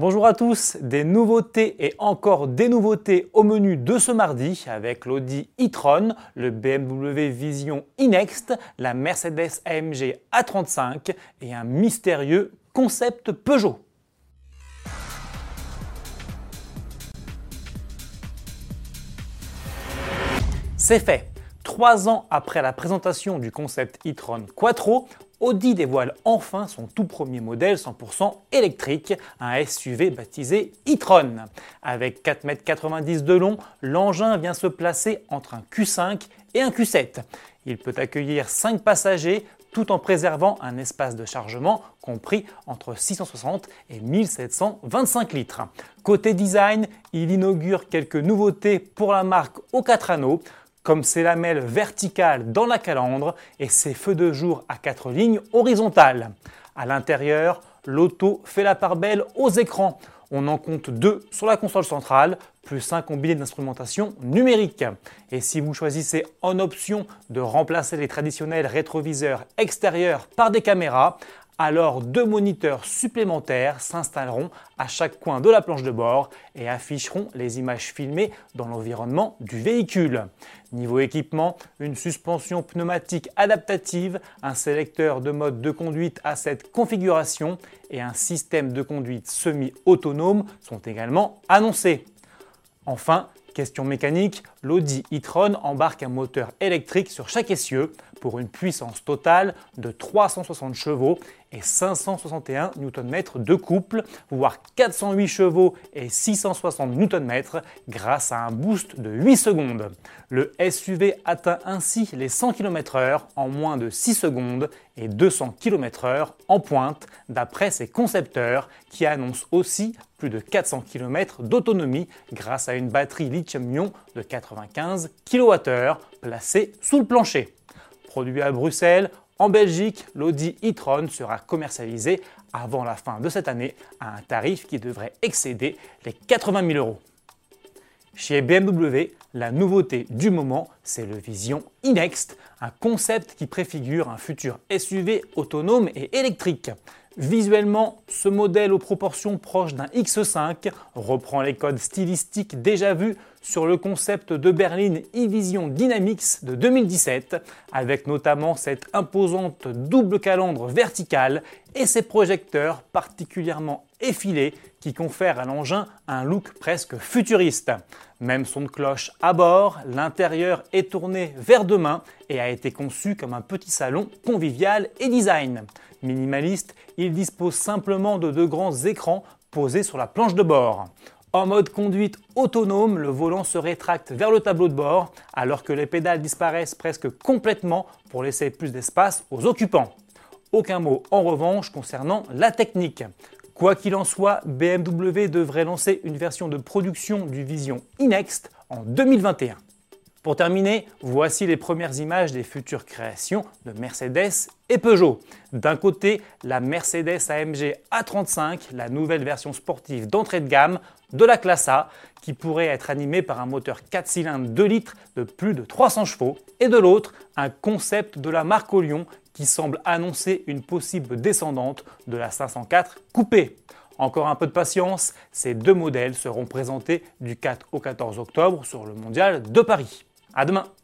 Bonjour à tous, des nouveautés et encore des nouveautés au menu de ce mardi avec l'Audi e-tron, le BMW Vision e-Next, la Mercedes AMG A35 et un mystérieux concept Peugeot. C'est fait. 3 ans après la présentation du concept e-tron Quattro, Audi dévoile enfin son tout premier modèle 100% électrique, un SUV baptisé e-tron. Avec 4,90 m de long, l'engin vient se placer entre un Q5 et un Q7. Il peut accueillir 5 passagers tout en préservant un espace de chargement compris entre 660 et 1725 litres. Côté design, il inaugure quelques nouveautés pour la marque aux 4 anneaux, comme ses lamelles verticales dans la calandre et ses feux de jour à 4 lignes horizontales. À l'intérieur, l'auto fait la part belle aux écrans. On en compte 2 sur la console centrale, plus un combiné d'instrumentation numérique. Et si vous choisissez en option de remplacer les traditionnels rétroviseurs extérieurs par des caméras, alors 2 moniteurs supplémentaires s'installeront à chaque coin de la planche de bord et afficheront les images filmées dans l'environnement du véhicule. Niveau équipement, une suspension pneumatique adaptative, un sélecteur de mode de conduite à cette configuration et un système de conduite semi-autonome sont également annoncés. Enfin, question mécanique, l'Audi e-tron embarque un moteur électrique sur chaque essieu pour une puissance totale de 360 chevaux et 561 Nm de couple, voire 408 chevaux et 660 Nm grâce à un boost de 8 secondes. Le SUV atteint ainsi les 100 km/h en moins de 6 secondes et 200 km/h en pointe, d'après ses concepteurs qui annoncent aussi plus de 400 km d'autonomie grâce à une batterie lithium-ion de 95 kWh placée sous le plancher. Produit à Bruxelles, en Belgique, l'Audi e-tron sera commercialisé avant la fin de cette année à un tarif qui devrait excéder les 80 000 €. Chez BMW, la nouveauté du moment, c'est le Vision e-Next, un concept qui préfigure un futur SUV autonome et électrique. Visuellement, ce modèle aux proportions proches d'un X5 reprend les codes stylistiques déjà vus sur le concept de berline e-Vision Dynamics de 2017, avec notamment cette imposante double calandre verticale et ses projecteurs particulièrement effilés qui confèrent à l'engin un look presque futuriste. Même son de cloche à bord, l'intérieur est tourné vers demain et a été conçu comme un petit salon convivial et design. Minimaliste, il dispose simplement de 2 grands écrans posés sur la planche de bord. En mode conduite autonome, le volant se rétracte vers le tableau de bord alors que les pédales disparaissent presque complètement pour laisser plus d'espace aux occupants. Aucun mot en revanche concernant la technique. Quoi qu'il en soit, BMW devrait lancer une version de production du Vision e-Next en 2021. Pour terminer, voici les premières images des futures créations de Mercedes et Peugeot. D'un côté, la Mercedes AMG A35, la nouvelle version sportive d'entrée de gamme de la classe A, qui pourrait être animée par un moteur 4 cylindres 2 litres de plus de 300 chevaux. Et de l'autre, un concept de la marque Olion qui semble annoncer une possible descendante de la 504 coupée. Encore un peu de patience, ces 2 modèles seront présentés du 4 au 14 octobre sur le Mondial de Paris. À demain!